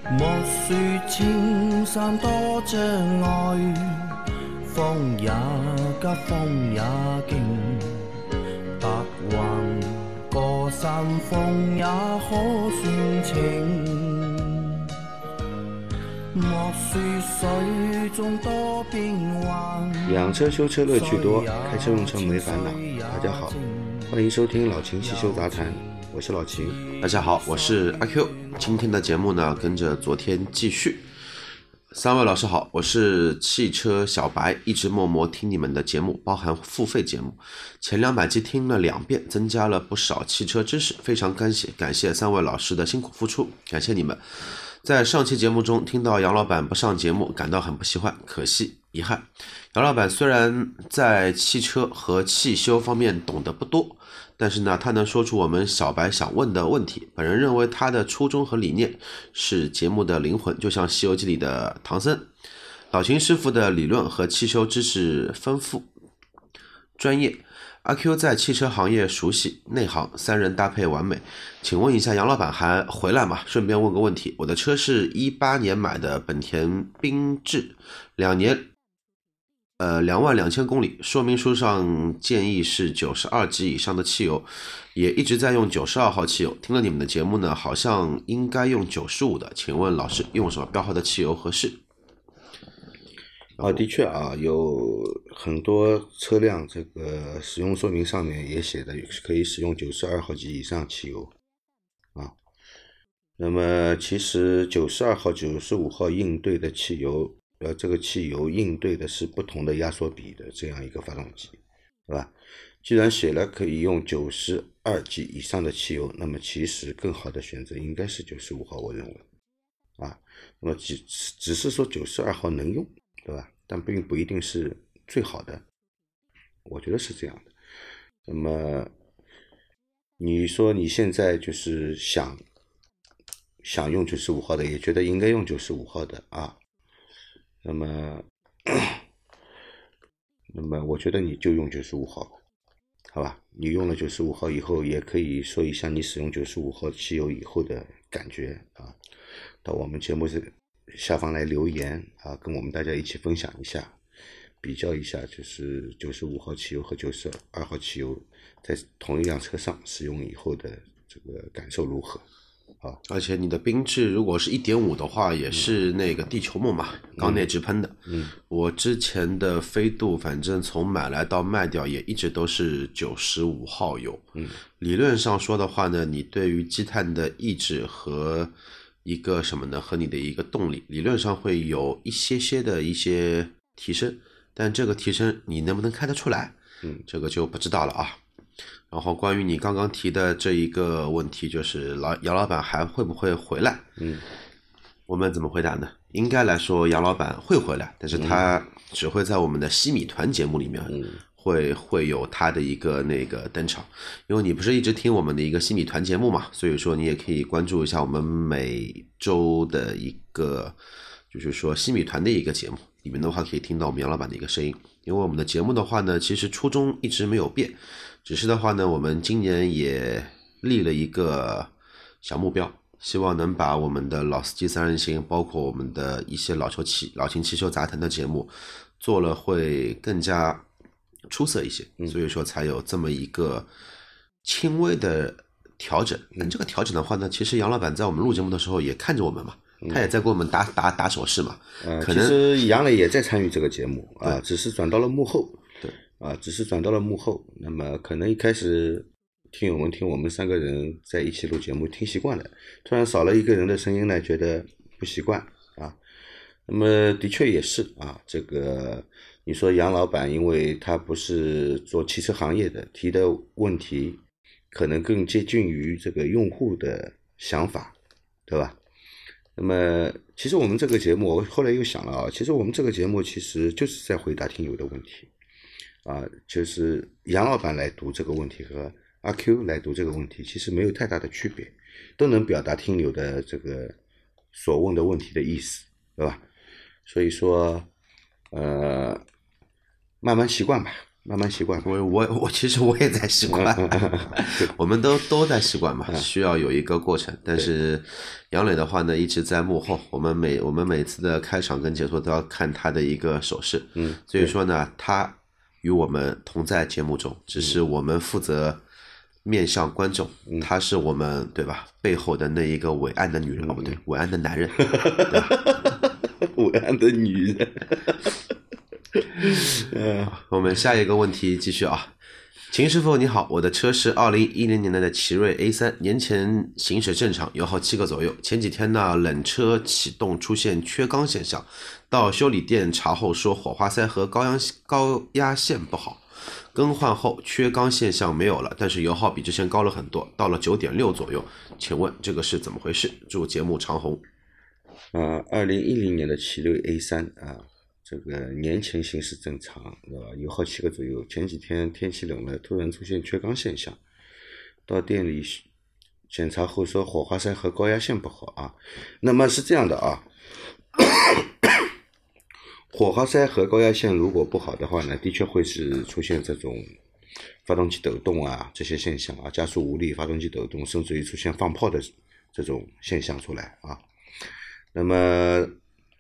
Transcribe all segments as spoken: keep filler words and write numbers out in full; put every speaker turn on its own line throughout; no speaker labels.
莫说青山多障碍，风也急，风也劲，白云过山峰也可算情。莫说水中多变幻，
养车修车乐趣多，开车用车没烦恼。大家好，欢迎收听老秦汽修杂谈，我是老秦。
大家好，我是阿 Q。今天的节目呢，跟着昨天继续。三位老师好，我是汽车小白，一直默默听你们的节目，包含付费节目，前两百期听了两遍，增加了不少汽车知识，非常感谢感谢三位老师的辛苦付出，感谢你们。在上期节目中听到杨老板不上节目，感到很不喜欢，可惜遗憾。杨老板虽然在汽车和汽修方面懂得不多，但是呢，他能说出我们小白想问的问题。本人认为他的初衷和理念是节目的灵魂，就像《西游记》里的唐僧。老秦师傅的理论和汽修知识丰富专业，阿 Q 在汽车行业熟悉内行，三人搭配完美。请问一下，杨老板还回来吗？顺便问个问题，我的车是一八年买的本田缤智，两年呃两万两千公里，说明书上建议是九十二级以上的汽油，也一直在用九十二号汽油。听了你们的节目呢，好像应该用九十五的，请问老师用什么标号的汽油合适？
啊，的确啊，有很多车辆这个使用说明上面也写的可以使用九十二号级以上汽油啊。那么其实九十二号、九十五号应对的汽油，呃，这个汽油应对的是不同的压缩比的这样一个发动机，对吧？既然写了可以用九十二级以上的汽油，那么其实更好的选择应该是九十五号，我认为啊。那么只只是说九十二号能用，对吧？但并不一定是最好的，我觉得是这样的。那么你说你现在就是想想用九十五号的，也觉得应该用九十五号的啊。那么那么我觉得你就用九十五号，好吧？你用了九十五号以后，也可以说一下你使用九十五号汽油以后的感觉啊，到我们节目下方来留言啊，跟我们大家一起分享一下，比较一下，就是九十五号汽油和九十二号汽油在同一辆车上使用以后的这个感受如何啊？
而且你的缤智如果是 一点五 的话，也是那个地球梦嘛，嗯、缸内直喷的。嗯，我之前的飞度，反正从买来到卖掉也一直都是九十五号油。嗯，理论上说的话呢，你对于积碳的抑制和一个什么呢？和你的一个动力，理论上会有一些些的一些提升，但这个提升你能不能看得出来？嗯，这个就不知道了啊。然后关于你刚刚提的这一个问题，就是老杨老板还会不会回来？嗯，我们怎么回答呢？应该来说，杨老板会回来，但是他只会在我们的西米团节目里面。嗯，会会有他的一个那个登场，因为你不是一直听我们的一个西米团节目嘛，所以说你也可以关注一下我们每周的一个就是说西米团的一个节目，里面的话可以听到我们杨老板的一个声音。因为我们的节目的话呢，其实初衷一直没有变，只是的话呢，我们今年也立了一个小目标，希望能把我们的老司机三人行，包括我们的一些老球汽老秦汽修杂谈的节目做了会更加出色一些，所以说才有这么一个轻微的调整。但这个调整的话呢，其实杨老板在我们录节目的时候也看着我们嘛，他也在给我们打打打手势嘛。
呃，可能其实杨磊也在参与这个节目啊，只是转到了幕后。对啊，只是转到了幕后。那么可能一开始听友们听我们三个人在一起录节目听习惯了，突然少了一个人的声音呢，觉得不习惯啊。那么的确也是啊，这个你说杨老板，因为他不是做汽车行业的，提的问题可能更接近于这个用户的想法，对吧？那么其实我们这个节目，我后来又想了啊，其实我们这个节目其实就是在回答听友的问题啊，就是杨老板来读这个问题和阿 Q 来读这个问题，其实没有太大的区别，都能表达听友的这个所问的问题的意思，对吧？所以说呃慢慢习惯吧， 慢慢习惯。
我我我其实我也在习惯，我们都都在习惯嘛，需要有一个过程。但是杨磊的话呢，一直在幕后，我们每我们每次的开场跟解说都要看他的一个手势，
嗯，
所以说呢，他与我们同在节目中，只是我们负责面向观众，
嗯、
他是我们对吧背后的那一个伟岸的女人，哦不对，伟岸的男人，对吧？
伟岸的女人。
嗯，我们下一个问题继续啊。秦师傅你好，我的车是二零一零年的奇瑞 A 三，年前行驶正常，油耗七个左右。前几天呢，冷车启动出现缺缸现象，到修理店查后说火花塞和高压高压线不好，更换后缺缸现象没有了，但是油耗比之前高了很多，到了 九点六 左右。请问这个是怎么回事？祝节目长红。
呃，二零一零年的奇瑞 A 三啊。这个年前行驶正常，呃，油耗七个左右。前几天天气冷了，突然出现缺缸现象，到店里检查后说火花塞和高压线不好啊。那么是这样的啊，火花塞和高压线如果不好的话呢，的确会是出现这种发动机抖动啊这些现象啊，加速无力，发动机抖动，甚至于出现放炮的这种现象出来啊。那么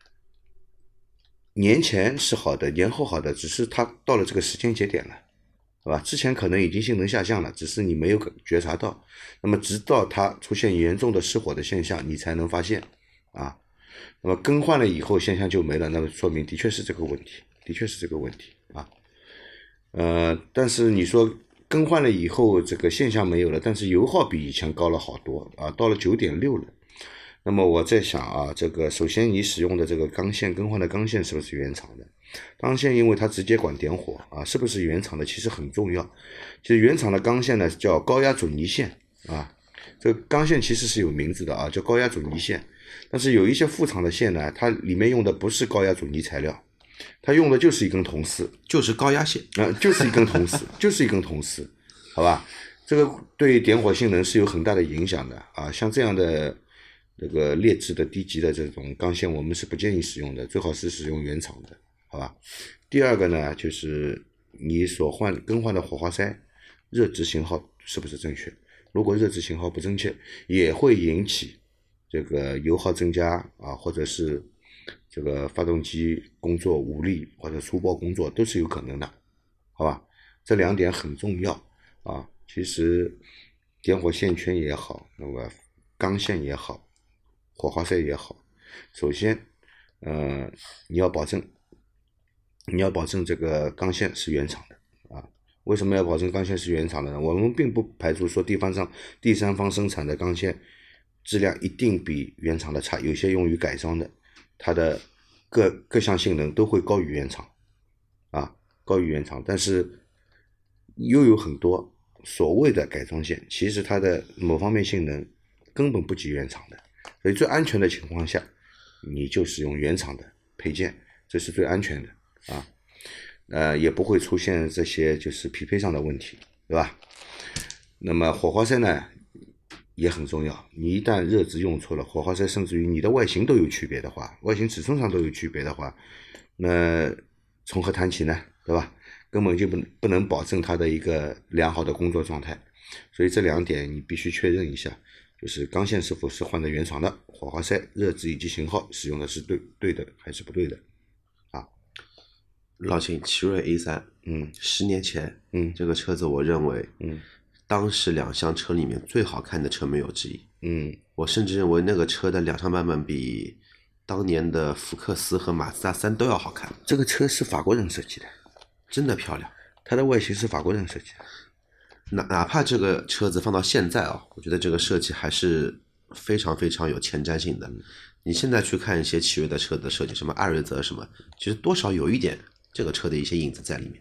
年前是好的，年后好的，只是它到了这个时间节点了，好吧？之前可能已经性能下降了，只是你没有觉察到。那么直到它出现严重的失火的现象，你才能发现啊。那么更换了以后现象就没了，那么说明的确是这个问题，的确是这个问题啊。呃，但是你说更换了以后这个现象没有了，但是油耗比以前高了好多啊，到了 九点六 了。那么我在想啊，这个首先你使用的这个钢线更换的钢线是不是原厂的？钢线因为它直接管点火啊，是不是原厂的其实很重要。其实原厂的钢线呢叫高压阻尼线啊，这个钢线其实是有名字的啊，叫高压阻尼线。但是有一些副厂的线呢，它里面用的不是高压阻尼材料，它用的就是一根铜丝，
就是高压线
啊，就是一根铜丝，就是一根铜丝，好吧？这个对点火性能是有很大的影响的啊，像这样的。这个劣质的低级的这种钢线我们是不建议使用的，最好是使用原厂的，好吧？第二个呢，就是你所换更换的火花塞热值型号是不是正确？如果热值型号不正确，也会引起这个油耗增加啊，或者是这个发动机工作无力或者粗暴工作都是有可能的，好吧？这两点很重要啊。其实点火线圈也好，那么钢线也好，火花塞也好，首先，呃，你要保证，你要保证这个钢线是原厂的啊。为什么要保证钢线是原厂的呢？我们并不排除说地方上第三方生产的钢线质量一定比原厂的差，有些用于改装的，它的各各项性能都会高于原厂啊，高于原厂。但是又有很多所谓的改装线，其实它的某方面性能根本不及原厂的。所以最安全的情况下，你就使用原厂的配件，这是最安全的啊，呃，也不会出现这些就是匹配上的问题，对吧？那么火花塞呢也很重要，你一旦热值用错了，火花塞甚至于你的外形都有区别的话，外形尺寸上都有区别的话，那从何谈起呢？对吧？根本就不不能保证它的一个良好的工作状态，所以这两点你必须确认一下。就是钢线是否是换的原厂的，火花塞热值以及型号使用的是对对的还是不对的啊？
老秦，奇瑞 A 三，
嗯，
十年前，
嗯，
这个车子我认为，
嗯，
当时两厢车里面最好看的车没有之一，
嗯，
我甚至认为那个车的两厢版本比当年的福克斯和马自达三都要好看。
这个车是法国人设计的，
真的漂亮，
它的外形是法国人设计的。
哪哪怕这个车子放到现在啊，我觉得这个设计还是非常非常有前瞻性的。你现在去看一些奇瑞的车的设计，什么艾瑞泽什么，其实多少有一点这个车的一些影子在里面。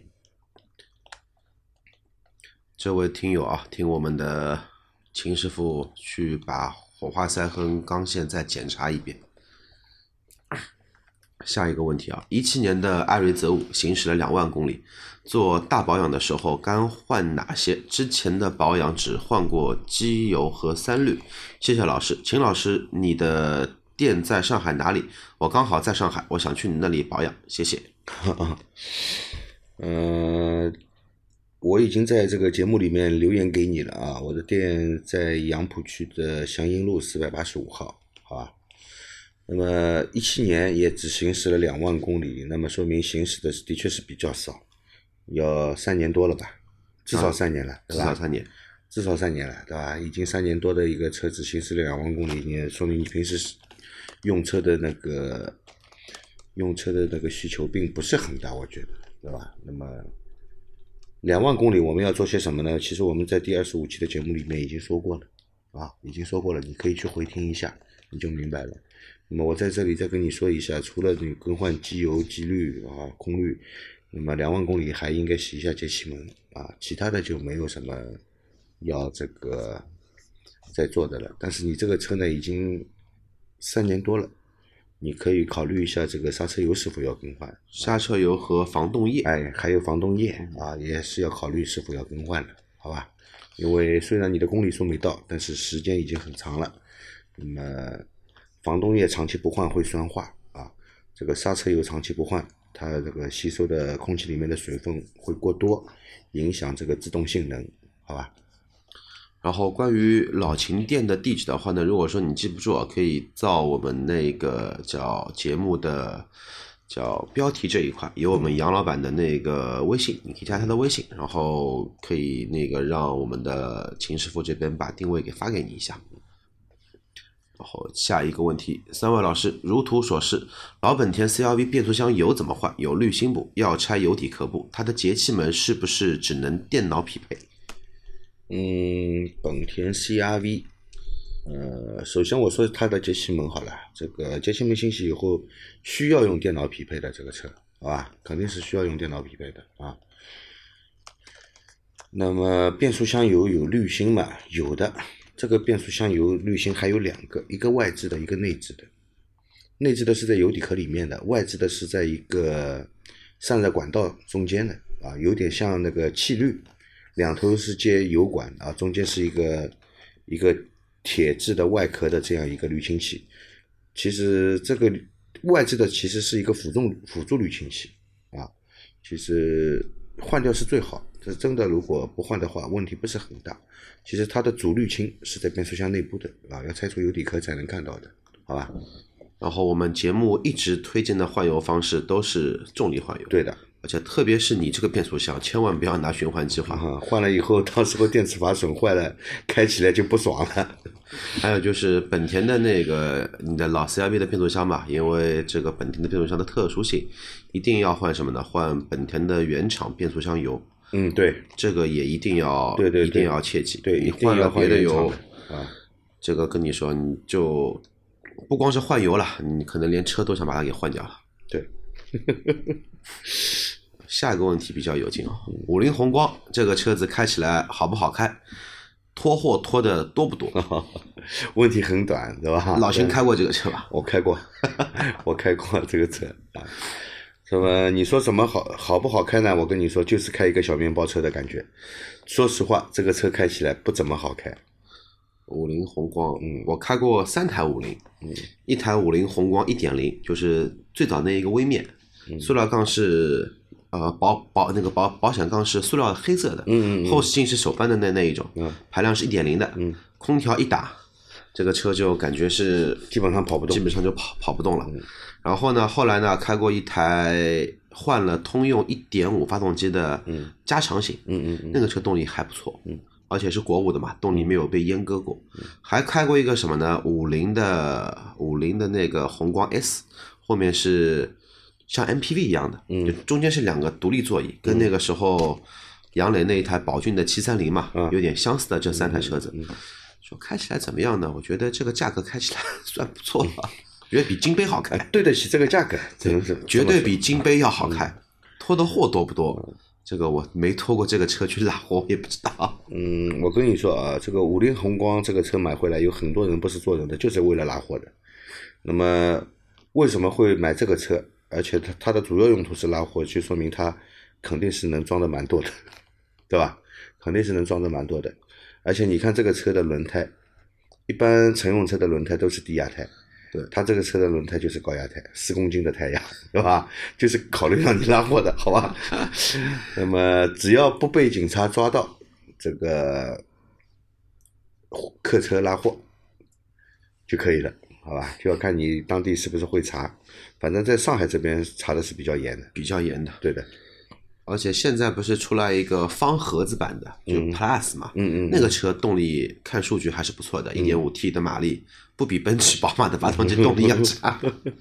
这位听友啊，听我们的秦师傅去把火花塞和钢线再检查一遍。下一个问题啊，一七年的艾瑞泽五行驶了两万公里，做大保养的时候该换哪些？之前的保养只换过机油和三滤。谢谢老师，秦老师，你的店在上海哪里？我刚好在上海，我想去你那里保养，谢谢。
呃， 我已经在这个节目里面留言给你了啊，我的店在杨浦区的祥英路四百八十五号，好吧？那么一七年也只行驶了两万公里，那么说明行驶的的确是比较少，要三年多了吧，至少三年了，
啊、
对吧？
至少三年，
至少三年了，对吧？已经三年多的一个车子行驶了两万公里，也说明你平时用车的那个用车的那个需求并不是很大，我觉得，对吧？那么两万公里我们要做些什么呢？其实我们在第二十五期的节目里面已经说过了，啊，已经说过了，你可以去回听一下，你就明白了。那么我在这里再跟你说一下，除了你更换机油、机滤啊、空滤，那么两万公里还应该洗一下节气门啊，其他的就没有什么要这个再做的了。但是你这个车呢已经三年多了，你可以考虑一下这个刹车油是否要更换，
刹车油和防冻液，
哎，还有防冻液啊，也是要考虑是否要更换的，好吧？因为虽然你的公里数没到，但是时间已经很长了，那么防冻液长期不换会酸化啊，这个刹车油长期不换，它这个吸收的空气里面的水分会过多，影响这个制动性能，好吧？
然后关于老秦店的地址的话呢，如果说你记不住啊，可以照我们那个叫节目的叫标题这一块，有我们杨老板的那个微信，你可以加他的微信，然后可以那个让我们的秦师傅这边把定位给发给你一下。然后下一个问题，三位老师如图所示，老本田 C R V 变速箱油怎么换？有滤芯部，要拆油底壳部，它的节气门是不是只能电脑匹配？
嗯，本田 C R V， 呃，首先我说它的节气门好了，这个节气门清洗以后需要用电脑匹配的这个车，好吧，肯定是需要用电脑匹配的啊。那么变速箱油有滤芯嘛？有的，这个变速箱油滤芯还有两个，一个外置的，一个内置的。内置的是在油底壳里面的，外置的是在一个散热管道中间的啊，有点像那个气滤。两头是接油管啊，中间是一个一个铁质的外壳的这样一个滤清器。其实这个外置的其实是一个辅助辅助滤清器啊，其实换掉是最好。这真的如果不换的话，问题不是很大。其实它的主滤清是在变速箱内部的啊，要拆除油底壳才能看到的，好吧？
然后我们节目一直推荐的换油方式都是重力换油，
对的。
而且特别是你这个变速箱，千万不要拿循环机换、
啊，换了以后到时候电磁阀损坏了，开起来就不爽了。
还有就是本田的那个你的老 C R V 的变速箱吧，因为这个本田的变速箱的特殊性，一定要换什么呢？换本田的原厂变速箱油。
嗯，对，
这个也一定要，
对对对，
一定要切记。
对，
你换了别的油
啊，
这个跟你说，你就不光是换油了，你可能连车都想把它给换掉了。
对。
下一个问题比较有劲啊，五菱宏光这个车子开起来好不好开？拖货拖的多不多？
问题很短，对吧？
老秦开过这个车吧？
我开过，我开过这个车啊。什么？你说什么好好不好开呢？我跟你说，就是开一个小面包车的感觉。说实话，这个车开起来不怎么好开。
五菱宏光，嗯，我开过三台五菱，嗯，一台五菱宏光 一点零， 就是最早那一个微面，嗯、塑料杠是。呃，保保那个保保险杠是塑料黑色的，
嗯嗯，
后视镜是手扳的那那一种，嗯，排量是 一点零 的，
嗯，
空调一打，这个车就感觉是
基本上跑不动，
基本上就跑跑不动了。嗯、然后呢，后来呢，开过一台换了通用 一点五 发动机的加长型，
嗯嗯嗯，
那个车动力还不错，
嗯，
而且是国五的嘛，动力没有被阉割过。嗯、还开过一个什么呢？五菱的五菱的那个宏光 S， 后面是。像 M P V 一样的，嗯，就中间是两个独立座椅，跟那个时候杨磊那一台宝骏的七三零嘛，嗯、有点相似的这三台车子，嗯嗯、说开起来怎么样呢？我觉得这个价格开起来算不错了，觉得比金杯好开，
对得起这个价格，真的是
绝对比金杯要好开。嗯、拖的货多不多？嗯、这个我没拖过这个车去拉货，也不知道。
嗯，我跟你说啊，这个五菱宏光这个车买回来，有很多人不是做人的，就是为了拉货的。那么为什么会买这个车？而且它它的主要用途是拉货，就说明它肯定是能装的蛮多的，对吧？肯定是能装的蛮多的。而且你看这个车的轮胎，一般乘用车的轮胎都是低压胎，
对，
它这个车的轮胎就是高压胎，四公斤的胎压，对吧？就是考虑让你拉货的，好吧？那么只要不被警察抓到，这个客车拉货就可以了，好吧？就要看你当地是不是会查，反正在上海这边查的是比较严的，
比较严的，
对的。
而且现在不是出来一个方盒子版的，就 Plus 嘛，
嗯嗯，
那个车动力看数据还是不错的， 一点五 T 的马力不比奔驰、宝马的发动机动力要差。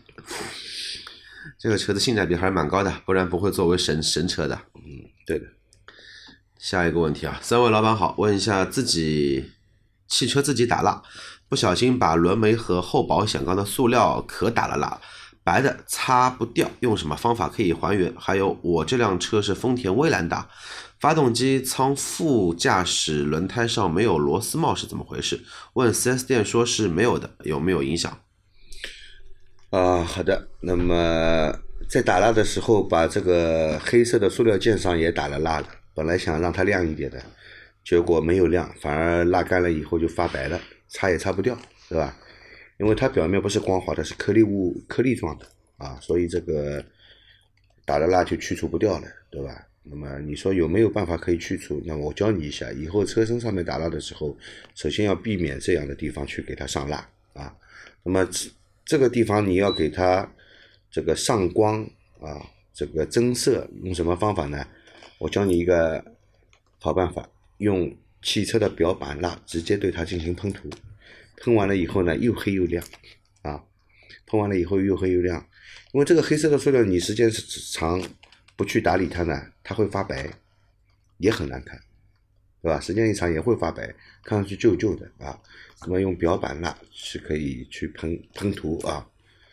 这个车的性价比还是蛮高的，不然不会作为神神车的。
嗯，对的。
下一个问题啊，三位老板好，问一下自己汽车自己打蜡，不小心把轮眉和后保险杠的塑料壳打了蜡。白的擦不掉，用什么方法可以还原？还有我这辆车是丰田威兰达，发动机舱副驾驶轮胎上没有螺丝帽是怎么回事？问 四 S 店说是没有的，有没有影响？
啊、呃，好的。那么在打蜡的时候，把这个黑色的塑料件上也打了蜡了，本来想让它亮一点的，结果没有亮，反而蜡干了以后就发白了，擦也擦不掉，对吧？因为它表面不是光滑的，是颗粒物颗粒状的啊，所以这个打了蜡就去除不掉了，对吧？那么你说有没有办法可以去除？那我教你一下，以后车身上面打蜡的时候，首先要避免这样的地方去给它上蜡啊。那么这个地方你要给它这个上光啊，这个增色，用什么方法呢？我教你一个好办法，用汽车的表板蜡直接对它进行喷涂。喷完了以后呢，又黑又亮啊！喷完了以后又黑又亮，因为这个黑色的塑料你时间长不去打理它呢，它会发白，也很难看，对吧？时间一长也会发白，看上去旧旧的啊。那么用表板蜡是可以去喷喷涂啊，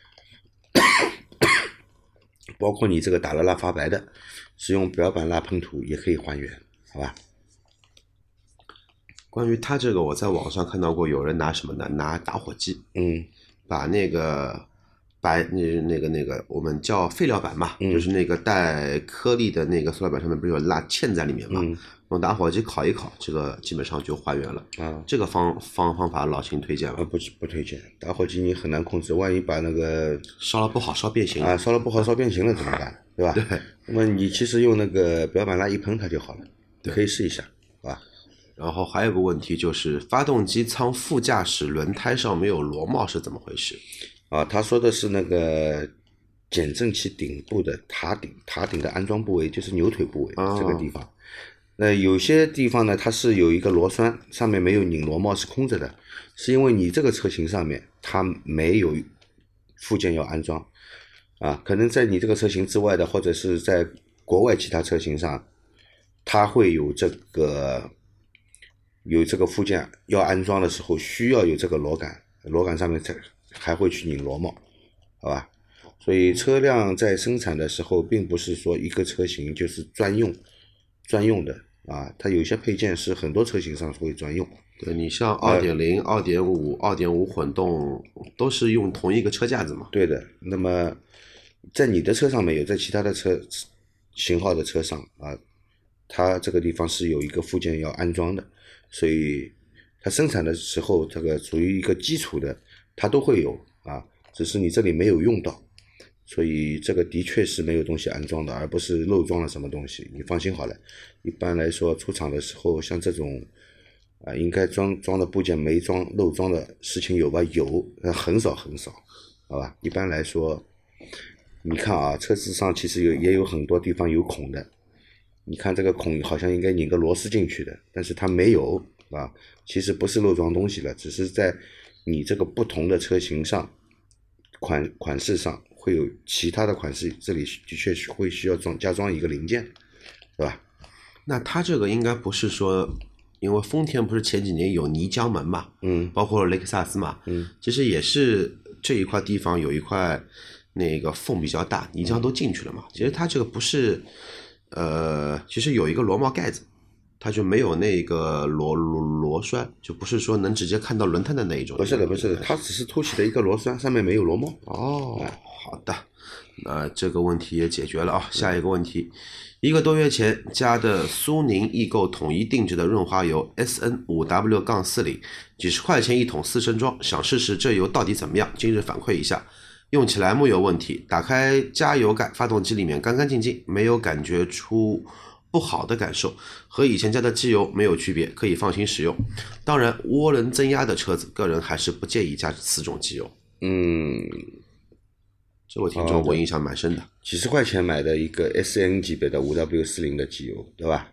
包括你这个打了蜡发白的，使用表板蜡喷涂也可以还原，好吧？
关于它这个，我在网上看到过有人拿什么呢？拿打火机，
嗯，
把那个白那那个那个我们叫废料板嘛，
嗯、
就是那个带颗粒的那个塑料板上面不是有蜡嵌在里面嘛？嗯、用打火机烤一烤，这个基本上就还原了。啊，这个方方方法老秦推荐吗？
啊，不不推荐，打火机你很难控制，万一把那个
烧了不好烧变形
啊，烧了不好烧变形了怎么办？对吧？
对。
那么你其实用那个表板蜡一喷它就好了，你可以试一下，好吧？
然后还有个问题就是，发动机舱副驾驶轮胎上没有螺帽是怎么回事？
啊，他说的是那个减震器顶部的塔顶，塔顶的安装部位就是牛腿部位、哦、这个地方。那有些地方呢，它是有一个螺栓，上面没有拧螺帽，是空着的，是因为你这个车型上面它没有附件要安装啊，可能在你这个车型之外的，或者是在国外其他车型上，它会有这个。有这个附件要安装的时候，需要有这个螺杆，螺杆上面才还会去拧螺帽，好吧？所以车辆在生产的时候，并不是说一个车型就是专用专用的啊，它有些配件是很多车型上会专用。
对，你像 二点零、二点五、二点五混动都是用同一个车架子嘛？
对的。那么在你的车上没有，在其他的车型号的车上啊，它这个地方是有一个附件要安装的。所以它生产的时候，这个属于一个基础的，它都会有啊，只是你这里没有用到，所以这个的确是没有东西安装的，而不是漏装了什么东西。你放心好了，一般来说出厂的时候，像这种啊应该装装的部件没装漏装的事情有吧？有，很少很少，好吧？一般来说，你看啊，车子上其实有也有很多地方有孔的。你看这个孔好像应该拧个螺丝进去的，但是它没有啊，其实不是漏装东西了，只是在你这个不同的车型上款款式上会有其他的款式，这里的确会需要装加装一个零件，对吧？
那它这个应该不是说，因为丰田不是前几年有泥浆门嘛，嗯，包括雷克萨斯嘛，嗯，其实也是这一块地方有一块那个缝比较大，泥浆都进去了嘛，嗯、其实它这个不是。呃，其实有一个螺帽盖子，它就没有那个螺螺螺栓，就不是说能直接看到轮胎的那一种。
不是的，不是的，它只是凸起的一个螺栓，上面没有螺帽。
哦，好的。 那这个问题也解决了啊。下一个问题，一个多月前加的苏宁易购统一定制的润滑油 S N 五 W 四零， 几十块钱一桶四升装，想试试这油到底怎么样，今日反馈一下。用起来木有问题，打开加油盖，发动机里面干干净净，没有感觉出不好的感受，和以前加的机油没有区别，可以放心使用。当然涡轮增压的车子个人还是不建议加此种机油。
嗯，
这位听众我印象蛮深的，
几十块钱买的一个 S N 级别的 五 W 四零 的机油，对吧？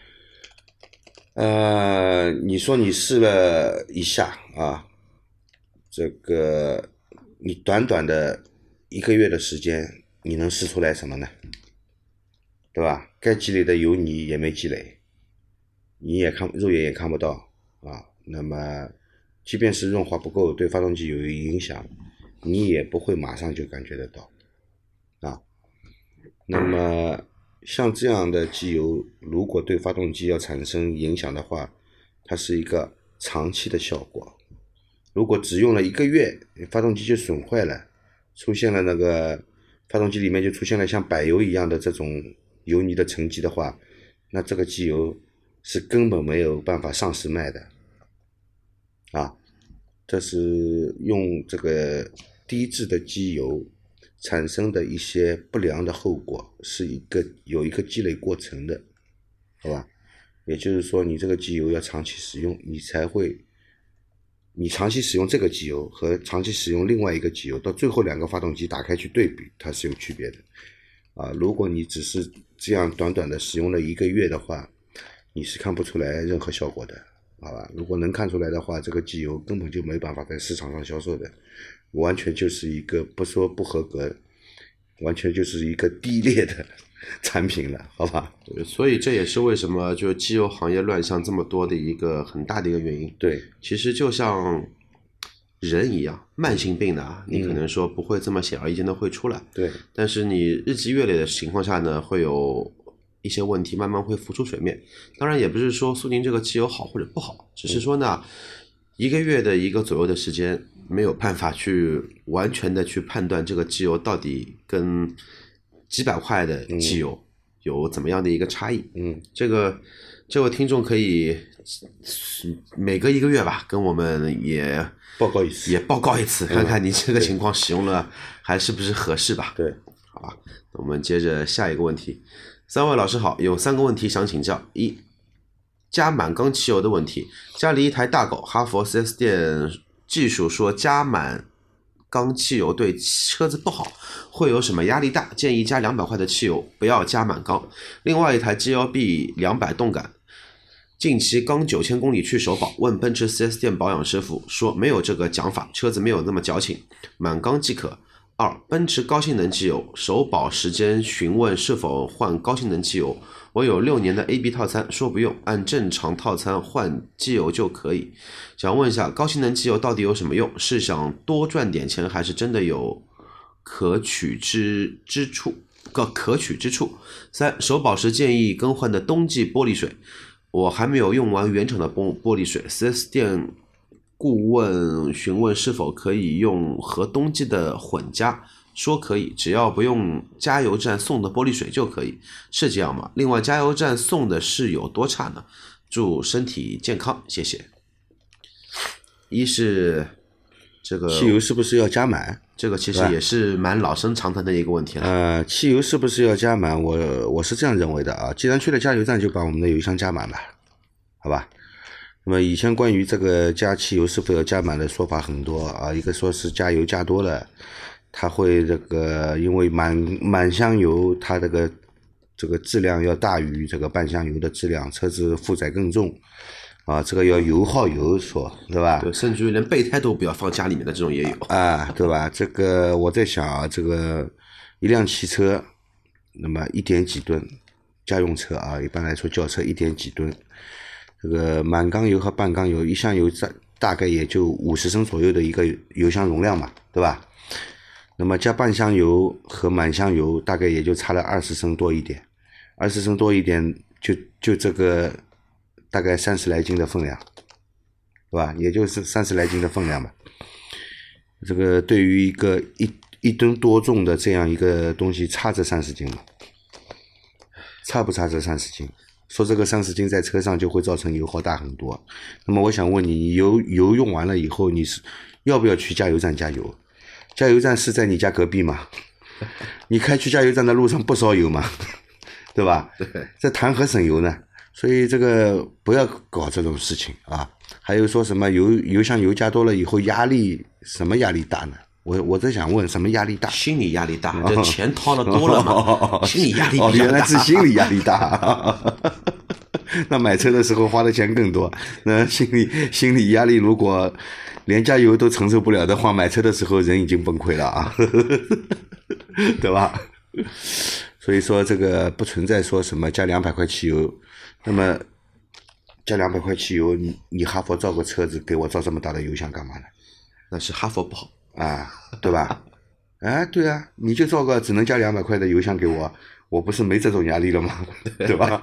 呃，你说你试了一下啊，这个你短短的一个月的时间，你能试出来什么呢？对吧？该积累的油泥也没积累，你也看肉眼也看不到啊。那么，即便是润滑不够，对发动机有影响，你也不会马上就感觉得到啊。那么，像这样的机油，如果对发动机要产生影响的话，它是一个长期的效果。如果只用了一个月，发动机就损坏了，出现了那个发动机里面就出现了像柏油一样的这种油泥的沉积的话，那这个机油是根本没有办法上市卖的啊。这是用这个低质的机油产生的一些不良的后果，是一个有一个积累过程的，好吧？也就是说你这个机油要长期使用，你才会你长期使用这个机油和长期使用另外一个机油，到最后两个发动机打开去对比，它是有区别的啊。如果你只是这样短短的使用了一个月的话，你是看不出来任何效果的，好吧？如果能看出来的话，这个机油根本就没办法在市场上销售的，完全就是一个不说不合格，完全就是一个低劣的产品了，好吧？
对，所以这也是为什么就机油行业乱象这么多的一个很大的一个原因。
对，
其实就像人一样，慢性病的啊，你可能说不会这么显而易见的会出来，
对，
但是你日积月累的情况下呢，会有一些问题慢慢会浮出水面。当然也不是说苏宁这个机油好或者不好，只是说呢，一个月的一个左右的时间，没有办法去完全的去判断这个机油到底跟几百块的机油有怎么样的一个差异。
嗯，
这个这位听众可以每隔一个月吧，跟我们也
报告一次，
也报告一次，看看你这个情况使用了还是不是合适吧。
对，
好吧，我们接着下一个问题。三位老师好，有三个问题想请教。一，加满缸汽油的问题，家里一台大狗，哈佛 四 S 店技术说加满缸汽油对车子不好，会有什么压力大？建议加两百块的汽油，不要加满缸。另外一台 G L B 两百动感，近期刚九千公里去首保，问奔驰 四 S 店保养师傅说没有这个讲法，车子没有那么矫情，满缸即可。二，奔驰高性能机油，首保时间询问是否换高性能机油，我有六年的 A B 套餐，说不用，按正常套餐换机油就可以。想问一下，高性能机油到底有什么用？是想多赚点钱，还是真的有可取之之处？个可取之处。三，首保时建议更换的冬季玻璃水，我还没有用完原厂的玻玻璃水， 四 S 店顾问询问是否可以用和冬季的混加，说可以，只要不用加油站送的玻璃水就可以，是这样吗？另外加油站送的是有多差呢？祝身体健康，谢谢。一是这个
汽油是不是要加满？
这个其实也是蛮老生常谈的一个问题了。
呃，汽油是不是要加满？我我是这样认为的啊，既然去了加油站，就把我们的油箱加满吧，好吧？那么以前关于这个加汽油是否要加满的说法很多啊，一个说是加油加多了，它会这个因为满满箱油它这个这个质量要大于这个半箱油的质量，车子负载更重啊，这个要油耗油说，对吧？
对，甚至于连备胎都不要放家里面的这种也有
啊，对吧？这个我在想啊，这个一辆汽车，那么一点几吨，家用车啊，一般来说轿车一点几吨。这个满缸油和半缸油，一箱油大概也就五十升左右的一个油箱容量嘛，对吧？那么加半箱油和满箱油大概也就差了二十升多一点，二十升多一点就就这个大概三十来斤的分量，对吧？也就是三十来斤的分量吧。这个对于一个一一吨多重的这样一个东西差这三十斤吗？差不差这三十斤？说这个三十斤在车上就会造成油耗大很多。那么我想问你，你油油用完了以后，你是要不要去加油站加油？加油站是在你家隔壁吗？你开去加油站的路上不烧油吗？对吧？
对，
这谈何省油呢？所以这个不要搞这种事情啊！还有说什么油油箱油加多了以后压力什么压力大呢？我我在想问什么压力大？
心理压力大，这钱掏的多了嘛，心理压力比较大。
哦，原来是心理压力大。那买车的时候花的钱更多，那心理心理压力如果连加油都承受不了的话，买车的时候人已经崩溃了啊，对吧？所以说这个不存在说什么加两百块汽油，那么加两百块汽油，你你哈佛造个车子给我造这么大的油箱干嘛呢？
那是哈佛不好
啊，对吧？啊，对啊，你就造个只能加两百块的油箱给我，我不是没这种压力了吗？对吧？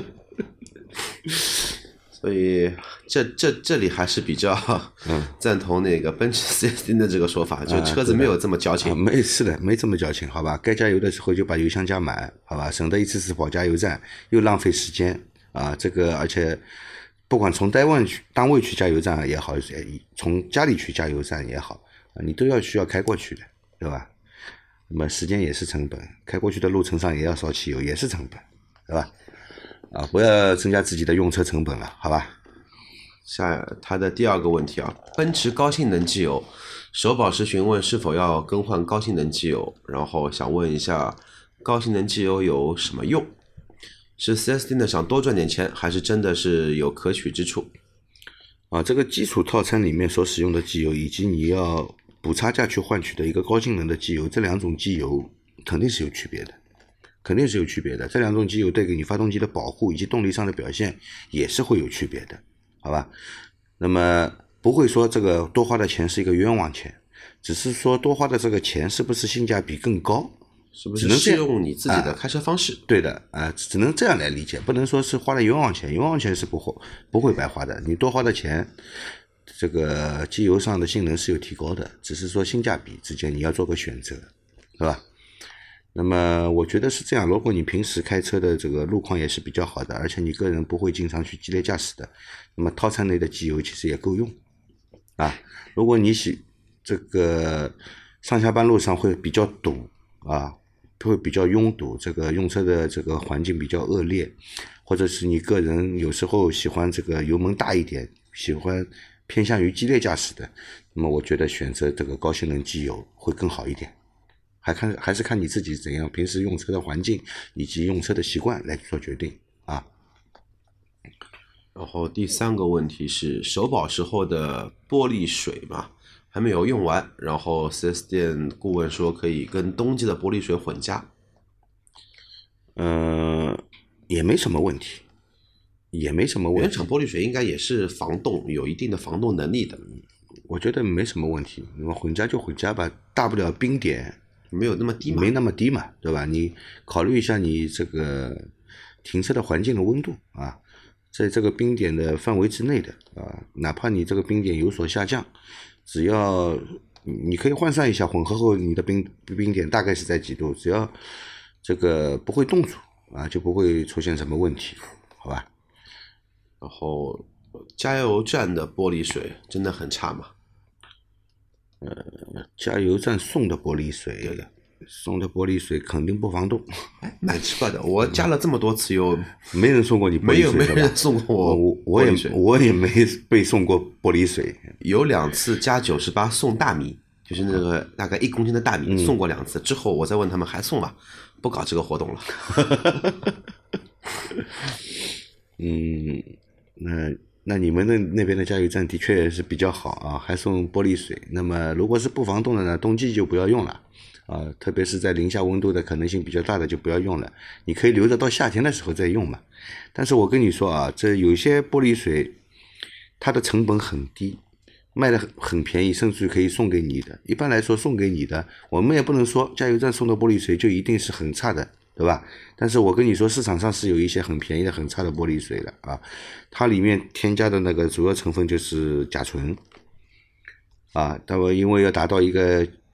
所以这这这里还是比较赞同那个奔驰 四 S 店的这个说法，就车子没有这么矫情。
啊、没是的，没这么矫情，好吧？该加油的时候就把油箱加满，好吧？省得一次次跑加油站又浪费时间啊。这个而且不管从单位去单位去加油站也好，从家里去加油站也好，啊，你都要需要开过去的，对吧？那么时间也是成本，开过去的路程上也要烧汽油，也是成本，对吧？啊，不要增加自己的用车成本了，好吧？
下他的第二个问题啊，奔驰高性能机油，首保时询问是否要更换高性能机油，然后想问一下高性能机油有什么用？是 四 S 店的想多赚点钱，还是真的是有可取之处？
啊，这个基础套餐里面所使用的机油，以及你要补差价去换取的一个高性能的机油，这两种机油肯定是有区别的。肯定是有区别的，这两种机油带给你发动机的保护以及动力上的表现也是会有区别的，好吧？那么不会说这个多花的钱是一个冤枉钱，只是说多花的这个钱是不是性价比更高，
是不是适用你自己的开车方式？
啊、对的啊，只能这样来理解，不能说是花了冤枉钱，冤枉钱是不会不会白花的，你多花的钱，这个机油上的性能是有提高的，只是说性价比之间你要做个选择，是吧？那么我觉得是这样，如果你平时开车的这个路况也是比较好的，而且你个人不会经常去激烈驾驶的，那么套餐内的机油其实也够用啊。如果你喜这个上下班路上会比较堵啊，会比较拥堵，这个用车的这个环境比较恶劣，或者是你个人有时候喜欢这个油门大一点，喜欢偏向于激烈驾驶的，那么我觉得选择这个高性能机油会更好一点。还看还是看你自己怎样平时用车的环境以及用车的习惯来做决定啊。
然后第三个问题是首保时候的玻璃水嘛，还没有用完，然后 四 S 店顾问说可以跟冬季的玻璃水混加。
呃，也没什么问题，也没什么问题。
原厂玻璃水应该也是防冻，有一定的防冻能力的。
我觉得没什么问题，你混加就混加吧，大不了冰点。
没有那么低嘛，
没那么低嘛，对吧？你考虑一下你这个停车的环境的温度啊，在这个冰点的范围之内的啊，哪怕你这个冰点有所下降，只要你可以换算一下混合后你的冰冰点大概是在几度，只要这个不会冻住啊，就不会出现什么问题，好吧？
然后加油站的玻璃水真的很差吗？
呃，加油站送的玻璃水，
对的，
送的玻璃水肯定不防冻。
哎，蛮奇怪的，我加了这么多次油，
没人送过你玻璃水，
没有没人送过我
我，我也我也没被送过玻璃水。
有两次加九十八送大米，就是那个大概一公斤的大米、嗯、送过两次，之后我再问他们还送吗？不搞这个活动了。
嗯，那。那你们的那边的加油站的确是比较好啊，还送玻璃水。那么如果是不防冻的呢，冬季就不要用了啊，特别是在零下温度的可能性比较大的就不要用了，你可以留着到夏天的时候再用嘛。但是我跟你说啊，这有些玻璃水它的成本很低，卖的很便宜，甚至可以送给你的。一般来说送给你的，我们也不能说加油站送的玻璃水就一定是很差的，对吧？但是我跟你说，市场上是有一些很便宜的、很差的玻璃水的啊，它里面添加的那个主要成分就是甲醇啊，那么因为要达到一个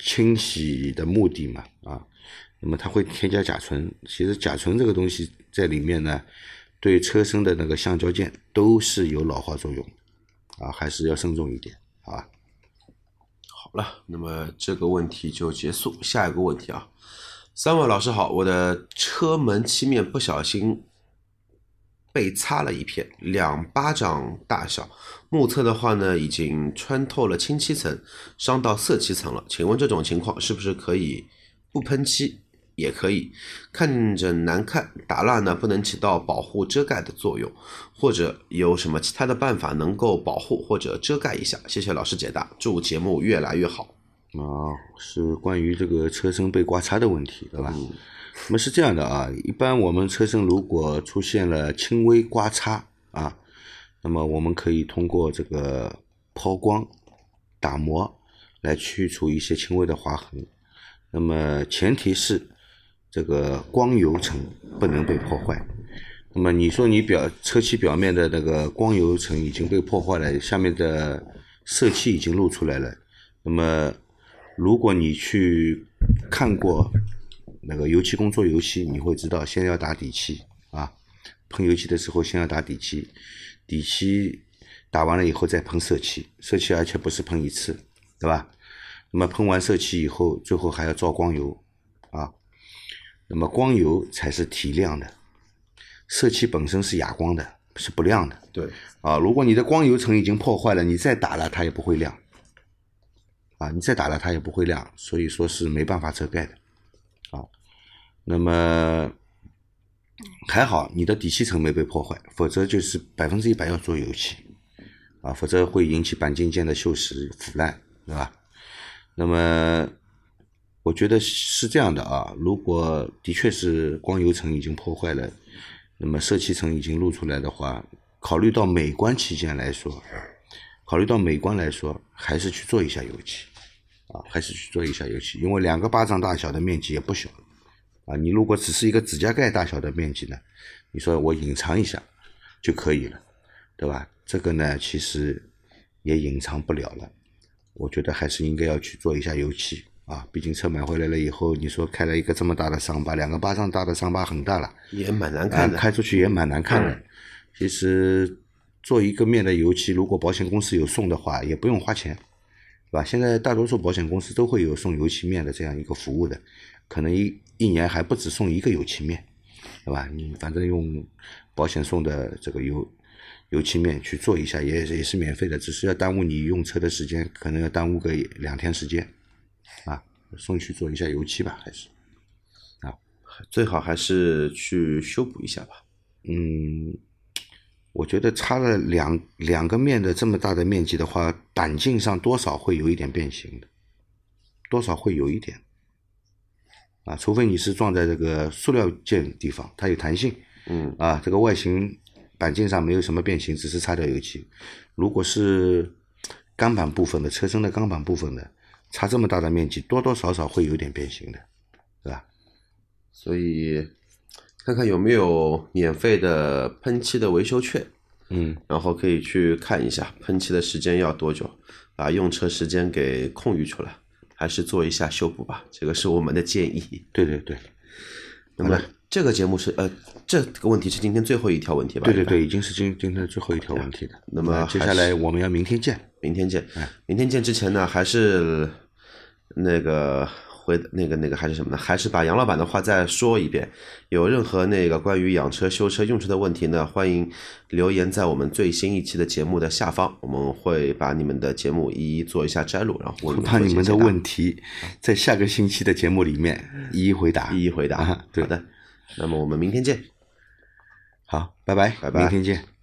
清洗的目的嘛，啊，那么它会添加甲醇。其实甲醇这个东西在里面呢，对车身的那个橡胶件都是有老化作用啊，还是要慎重一点，好吧？
好了，那么这个问题就结束。下一个问题啊，三位老师好，我的车门漆面不小心被擦了一片，两巴掌大小，目测的话呢，已经穿透了清漆层，伤到色漆层了。请问这种情况是不是可以不喷漆？也可以，看着难看，打蜡呢不能起到保护遮盖的作用，或者有什么其他的办法能够保护或者遮盖一下？谢谢老师解答，祝节目越来越好。
啊，是关于这个车身被刮擦的问题，对吧？嗯，那么是这样的啊，一般我们车身如果出现了轻微刮擦啊，那么我们可以通过这个抛光、打磨来去除一些轻微的划痕。那么前提是这个光油层不能被破坏。那么你说你表车漆表面的那个光油层已经被破坏了，下面的色漆已经露出来了。那么如果你去看过那个油漆工做油漆，你会知道先要打底漆啊，喷油漆的时候先要打底漆，底漆打完了以后再喷色漆，色漆而且不是喷一次，对吧？那么喷完色漆以后，最后还要照光油啊。那么光油才是提亮的，色漆本身是哑光的，是不亮的。
对
啊，如果你的光油层已经破坏了，你再打了它也不会亮啊，你再打了它也不会亮，所以说是没办法遮盖的啊。那么还好你的底漆层没被破坏，否则就是百分之一百要做油漆啊，否则会引起钣金件的锈蚀腐烂，对吧？那么我觉得是这样的啊，如果的确是光油层已经破坏了，那么色漆层已经露出来的话，考虑到美观起见来说，考虑到美观来说，还是去做一下油漆啊，还是去做一下油漆，因为两个巴掌大小的面积也不小啊，你如果只是一个指甲盖大小的面积呢，你说我隐藏一下就可以了，对吧？这个呢其实也隐藏不了了，我觉得还是应该要去做一下油漆啊，毕竟车买回来了以后，你说开了一个这么大的伤疤，两个巴掌大的伤疤很大了，
也蛮难看的，
啊、开出去也蛮难看的。嗯、其实做一个面的油漆，如果保险公司有送的话，也不用花钱，对吧？现在大多数保险公司都会有送油漆面的这样一个服务的，可能一一年还不止送一个油漆面，对吧？你反正用保险送的这个油油漆面去做一下，也也是免费的，只是要耽误你用车的时间，可能要耽误个两天时间。啊，送去做一下油漆吧，还是啊，
最好还是去修补一下吧。
嗯，我觉得擦了两两个面的这么大的面积的话，钣镜上多少会有一点变形的，多少会有一点啊，除非你是撞在这个塑料件地方，它有弹性，
嗯
啊，这个外形钣镜上没有什么变形，只是擦掉油漆。如果是钢板部分的，车身的钢板部分的。擦这么大的面积，多多少少会有点变形的，对吧？
所以看看有没有免费的喷漆的维修券，
嗯，
然后可以去看一下喷漆的时间要多久，把用车时间给空余出来，还是做一下修补吧，这个是我们的建议。
对对对。
那么这个节目是呃，这个问题是今天最后一条问题吧？
对对对，已经是今今天最后一条问题了。
那么
接下来我们要明天见。
明天见。明天见之前呢，还是那个回那个那个还是什么呢？还是把杨老板的话再说一遍。有任何那个关于养车、修车、用车的问题呢，欢迎留言在我们最新一期的节目的下方，我们会把你们的节目一一做一下摘录，然后
把你们的问题在下个星期的节目里面一一回答，
一一回答。
啊、对
好的，那么我们明天见。
好，拜拜，
拜拜，
明天见。